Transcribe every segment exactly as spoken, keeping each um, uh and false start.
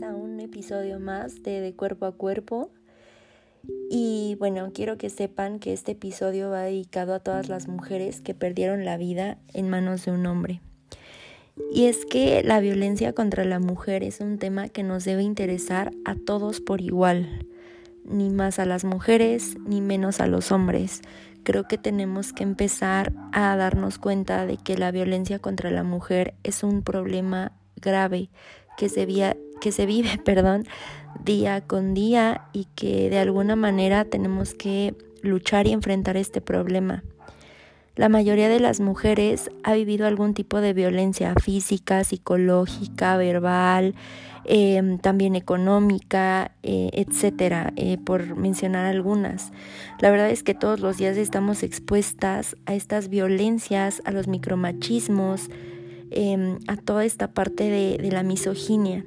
bienvenidas a un episodio más de De Cuerpo a Cuerpo. Y bueno, quiero que sepan que este episodio va dedicado a todas las mujeres que perdieron la vida en manos de un hombre. Y es que la violencia contra la mujer es un tema que nos debe interesar a todos por igual, ni más a las mujeres ni menos a los hombres. Creo que tenemos que empezar a darnos cuenta de que la violencia contra la mujer es un problema grave que se, vía, que se vive perdón, día con día y que de alguna manera tenemos que luchar y enfrentar este problema. La mayoría de las mujeres ha vivido algún tipo de violencia física, psicológica, verbal, eh, también económica, eh, etcétera, eh, por mencionar algunas. La verdad es que todos los días estamos expuestas a estas violencias, a los micromachismos, eh, a toda esta parte de, de la misoginia.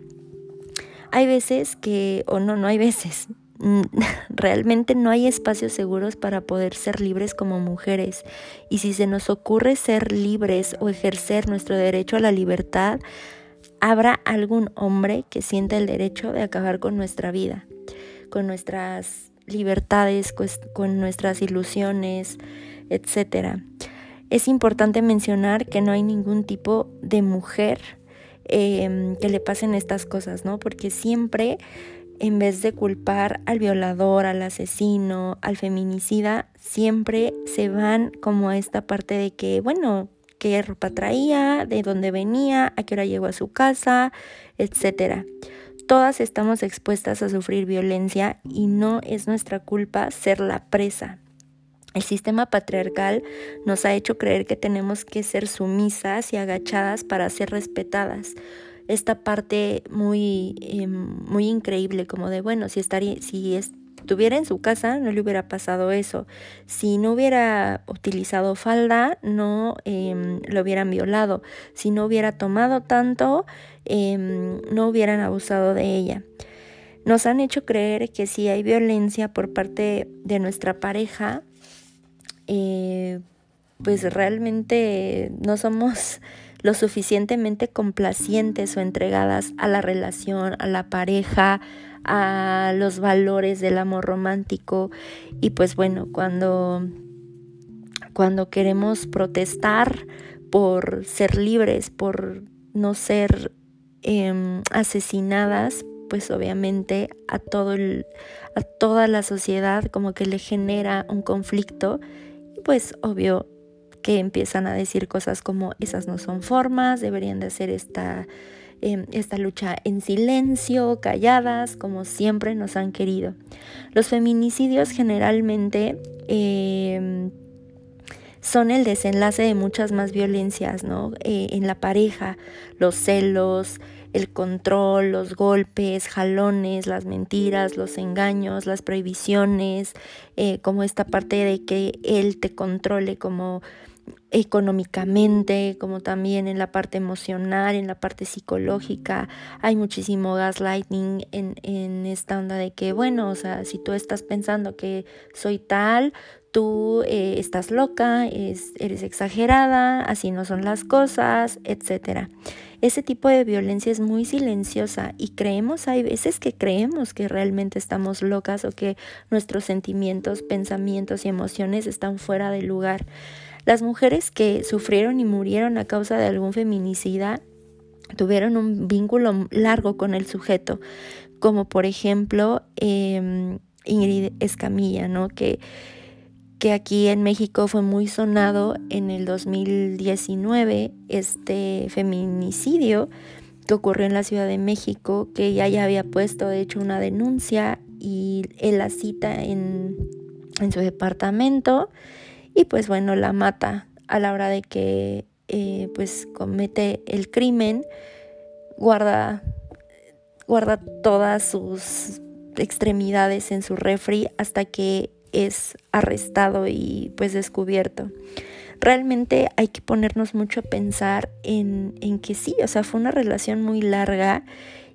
Hay veces que, o no, no hay veces, realmente no hay espacios seguros para poder ser libres como mujeres, y si se nos ocurre ser libres o ejercer nuestro derecho a la libertad, habrá algún hombre que sienta el derecho de acabar con nuestra vida, con nuestras libertades, con nuestras ilusiones, etcétera. Es importante mencionar que no hay ningún tipo de mujer eh, que le pasen estas cosas, ¿no? Porque siempre, en vez de culpar al violador, al asesino, al feminicida, siempre se van como a esta parte de que, bueno, qué ropa traía, de dónde venía, a qué hora llegó a su casa, etcétera. Todas estamos expuestas a sufrir violencia y no es nuestra culpa ser la presa. El sistema patriarcal nos ha hecho creer que tenemos que ser sumisas y agachadas para ser respetadas. Esta parte muy, eh, muy increíble, como de, bueno, si, estaría, si estuviera en su casa no le hubiera pasado eso. Si no hubiera utilizado falda, no eh, lo hubieran violado. Si no hubiera tomado tanto, eh, no hubieran abusado de ella. Nos han hecho creer que si hay violencia por parte de nuestra pareja, eh, pues realmente no somos lo suficientemente complacientes o entregadas a la relación, a la pareja, a los valores del amor romántico. Y pues bueno, cuando, cuando queremos protestar por ser libres, por no ser eh, asesinadas, pues obviamente a todo el, a toda la sociedad como que le genera un conflicto. Pues obvio que empiezan a decir cosas como esas no son formas, deberían de hacer esta, eh, esta lucha en silencio, calladas, como siempre nos han querido. Los feminicidios generalmente eh, son el desenlace de muchas más violencias, ¿no? Eh, en la pareja, los celos, el control, los golpes, jalones, las mentiras, los engaños, las prohibiciones, eh, como esta parte de que él te controle como económicamente, como también en la parte emocional, en la parte psicológica. Hay muchísimo gaslighting en, en esta onda de que, bueno, o sea, si tú estás pensando que soy tal, tú eh, estás loca, es, eres exagerada, así no son las cosas, etcétera. Ese tipo de violencia es muy silenciosa y creemos, hay veces que creemos que realmente estamos locas o que nuestros sentimientos, pensamientos y emociones están fuera de lugar. Las mujeres que sufrieron y murieron a causa de algún feminicida tuvieron un vínculo largo con el sujeto, como por ejemplo eh, Ingrid Escamilla, ¿no? que que aquí en México fue muy sonado en el dos mil diecinueve, este feminicidio que ocurrió en la Ciudad de México, que ella ya había puesto de hecho una denuncia y él la cita en, en su departamento y pues bueno, la mata a la hora de que eh, pues comete el crimen, guarda, guarda todas sus extremidades en su refri hasta que es arrestado y pues descubierto. Realmente hay que ponernos mucho a pensar en, en que sí, o sea, fue una relación muy larga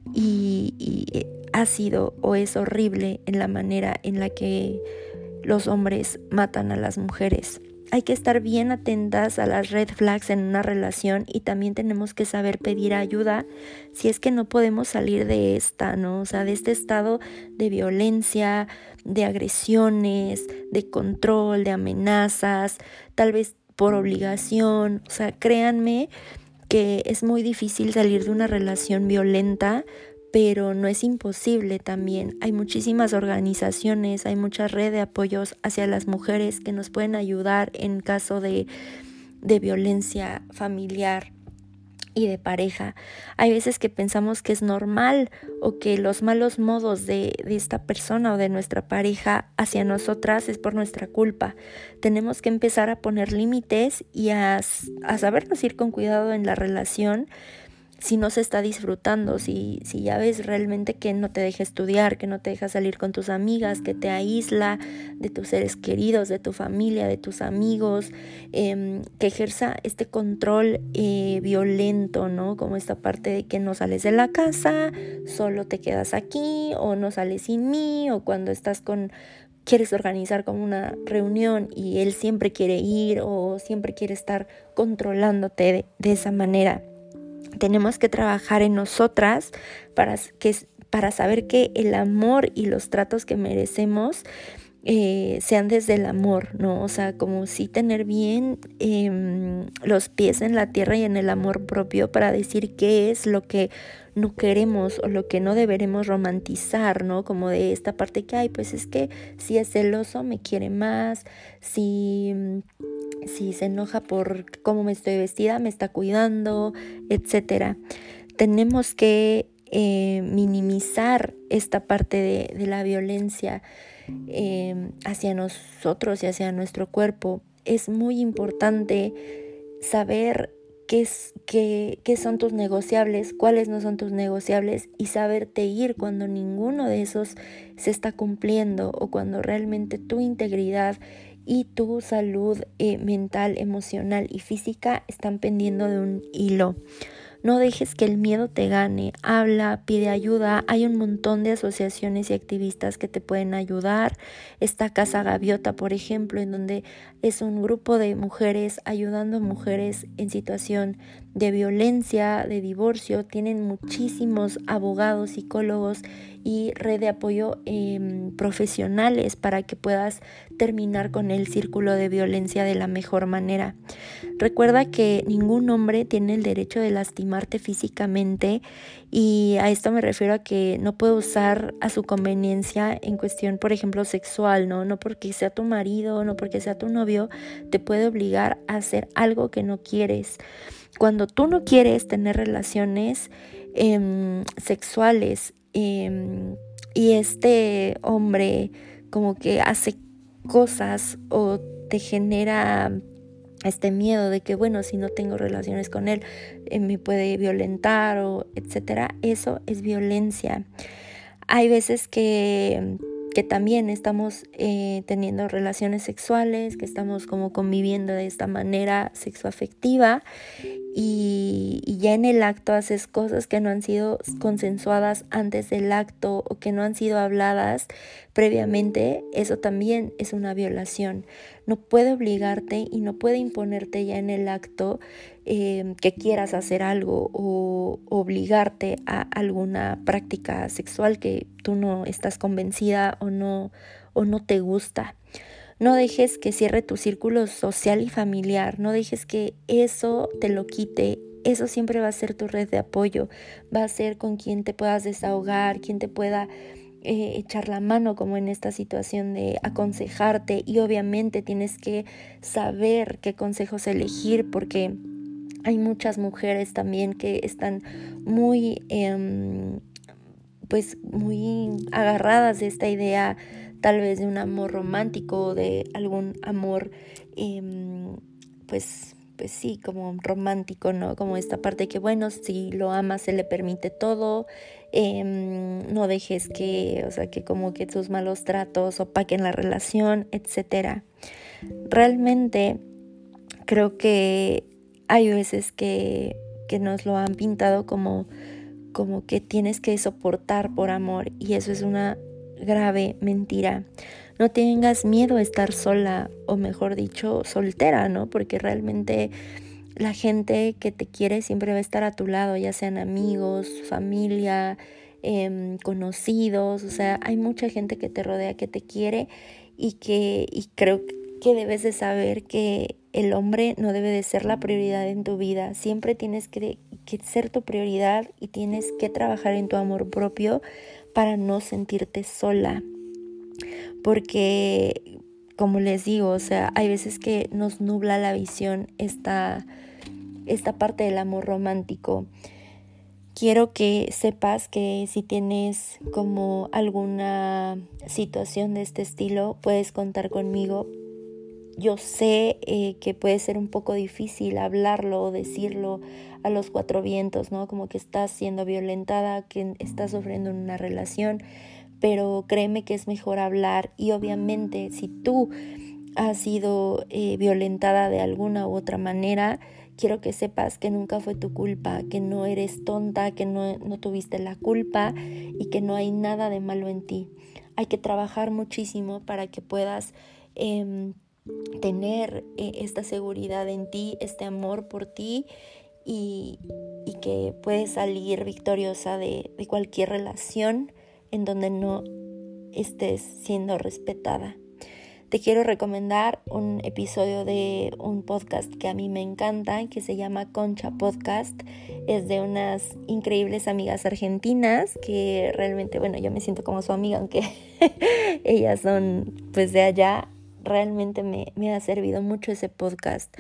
y, y ha sido o es horrible en la manera en la que los hombres matan a las mujeres. hay que estar bien atentas a las red flags en una relación y también tenemos que saber pedir ayuda si es que no podemos salir de esta, ¿no? O sea, de este estado de violencia, de agresiones, de control, de amenazas, tal vez por obligación. O sea, créanme que es muy difícil salir de una relación violenta, pero no es imposible también. Hay muchísimas organizaciones, hay mucha red de apoyos hacia las mujeres que nos pueden ayudar en caso de, de violencia familiar y de pareja. Hay veces que pensamos que es normal o que los malos modos de, de esta persona o de nuestra pareja hacia nosotras es por nuestra culpa. Tenemos que empezar a poner límites y a, a sabernos ir con cuidado en la relación. Si no se está disfrutando, si, si ya ves realmente que no te deja estudiar, que no te deja salir con tus amigas, que te aísla de tus seres queridos, de tu familia, de tus amigos, eh, que ejerza este control eh, violento, ¿no? Como esta parte de que no sales de la casa, solo te quedas aquí, o no sales sin mí, o cuando estás con... quieres organizar como una reunión y él siempre quiere ir o siempre quiere estar controlándote de, de esa manera. Tenemos que trabajar en nosotras para, que, para saber que el amor y los tratos que merecemos eh, sean desde el amor, ¿no? O sea, como sí tener bien eh, los pies en la tierra y en el amor propio para decir qué es lo que no queremos o lo que no deberemos romantizar, ¿no? Como de esta parte que hay, pues es que si es celoso me quiere más, si... si se enoja por cómo me estoy vestida, me está cuidando, etcétera. Tenemos que eh, minimizar esta parte de, de la violencia eh, hacia nosotros y hacia nuestro cuerpo. Es muy importante saber qué, es, qué, qué son tus negociables, cuáles no son tus negociables y saberte ir cuando ninguno de esos se está cumpliendo o cuando realmente tu integridad y tu salud eh, mental, emocional y física están pendiendo de un hilo. No dejes que el miedo te gane. Habla, pide ayuda. Hay un montón de asociaciones y activistas que te pueden ayudar. Está Casa Gaviota, por ejemplo, en donde es un grupo de mujeres ayudando a mujeres en situación de violencia, de divorcio. Tienen muchísimos abogados, psicólogos y red de apoyo eh, profesionales para que puedas terminar con el círculo de violencia de la mejor manera. Recuerda que ningún hombre tiene el derecho de lastimarte físicamente y a esto me refiero a que no puede usar a su conveniencia en cuestión, por ejemplo, sexual, ¿no? No porque sea tu marido, no porque sea tu novio, te puede obligar a hacer algo que no quieres. Cuando tú no quieres tener relaciones eh, sexuales eh, y este hombre como que hace cosas o te genera este miedo de que, bueno, si no tengo relaciones con él, eh, me puede violentar o etcétera, eso es violencia. Hay veces que, que también estamos eh, teniendo relaciones sexuales, que estamos como conviviendo de esta manera sexoafectiva y, y ya en el acto haces cosas que no han sido consensuadas antes del acto o que no han sido habladas previamente. Eso también es una violación. No puede obligarte y no puede imponerte ya en el acto eh, que quieras hacer algo o obligarte a alguna práctica sexual que tú no estás convencida o no, o no te gusta. No dejes que cierre tu círculo social y familiar, no dejes que eso te lo quite. Eso siempre va a ser tu red de apoyo, va a ser con quien te puedas desahogar, quien te pueda eh, echar la mano como en esta situación de aconsejarte, y obviamente tienes que saber qué consejos elegir porque hay muchas mujeres también que están muy, eh, pues muy agarradas de esta idea tal vez de un amor romántico o de algún amor eh, pues pues sí, como romántico, ¿no? Como esta parte que, bueno, si lo amas se le permite todo, eh, no dejes que, o sea, que como que tus malos tratos opaquen la relación, etcétera. Realmente creo que hay veces que, que nos lo han pintado como, como que tienes que soportar por amor, y eso es una grave mentira. no tengas miedo a estar sola, o mejor dicho, soltera, ¿no? Porque realmente la gente que te quiere siempre va a estar a tu lado, ya sean amigos, familia, eh, conocidos, o sea, hay mucha gente que te rodea, que te quiere y que y creo que debes de saber que el hombre no debe de ser la prioridad en tu vida. Siempre tienes que, que ser tu prioridad y tienes que trabajar en tu amor propio para no sentirte sola. Porque, como les digo, o sea, hay veces que nos nubla la visión esta, esta parte del amor romántico. Quiero que sepas que si tienes como alguna situación de este estilo, puedes contar conmigo. Yo sé eh, que puede ser un poco difícil hablarlo o decirlo a los cuatro vientos, ¿no? Como que estás siendo violentada, que estás sufriendo en una relación, pero créeme que es mejor hablar. Y obviamente si tú has sido eh, violentada de alguna u otra manera, quiero que sepas que nunca fue tu culpa, que no eres tonta, que no, no tuviste la culpa y que no hay nada de malo en ti. Hay que trabajar muchísimo para que puedas eh, tener eh, esta seguridad en ti, este amor por ti y, y que puedes salir victoriosa de, de cualquier relación en donde no estés siendo respetada. Te quiero recomendar un episodio de un podcast que a mí me encanta, que se llama Concha Podcast. Es de unas increíbles amigas argentinas que realmente, bueno, yo me siento como su amiga, aunque ellas son pues de allá. Realmente me, me ha servido mucho ese podcast.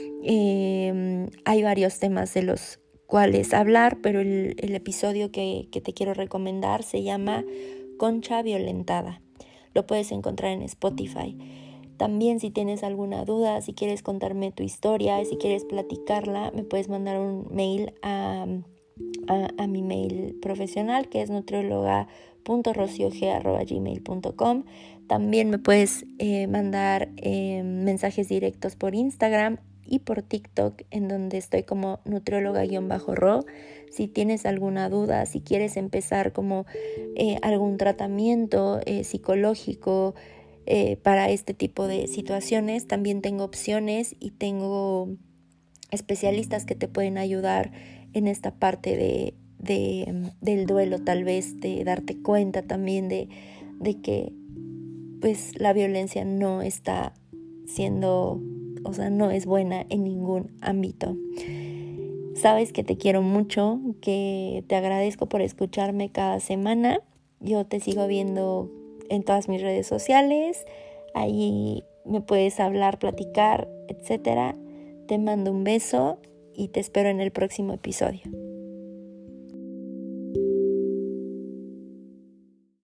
Eh, hay varios temas de los cuales hablar, pero el, el episodio que, que te quiero recomendar se llama Concha Violentada. Lo puedes encontrar en Spotify. También si tienes alguna duda, si quieres contarme tu historia, si quieres platicarla, me puedes mandar un mail a, a, a mi mail profesional, que es nutrióloga punto rocioge arroba gmail punto com. También me puedes eh, mandar eh, mensajes directos por Instagram y por TikTok, en donde estoy como nutrióloga-ro. Si tienes alguna duda, si quieres empezar como eh, algún tratamiento eh, psicológico eh, para este tipo de situaciones, también tengo opciones y tengo especialistas que te pueden ayudar en esta parte de, de, del duelo, tal vez de darte cuenta también de, de que pues la violencia no está siendo, o sea, no es buena en ningún ámbito. Sabes que te quiero mucho, que te agradezco por escucharme cada semana. Yo te sigo viendo en todas mis redes sociales. Ahí me puedes hablar, platicar, etcétera. Te mando un beso y te espero en el próximo episodio.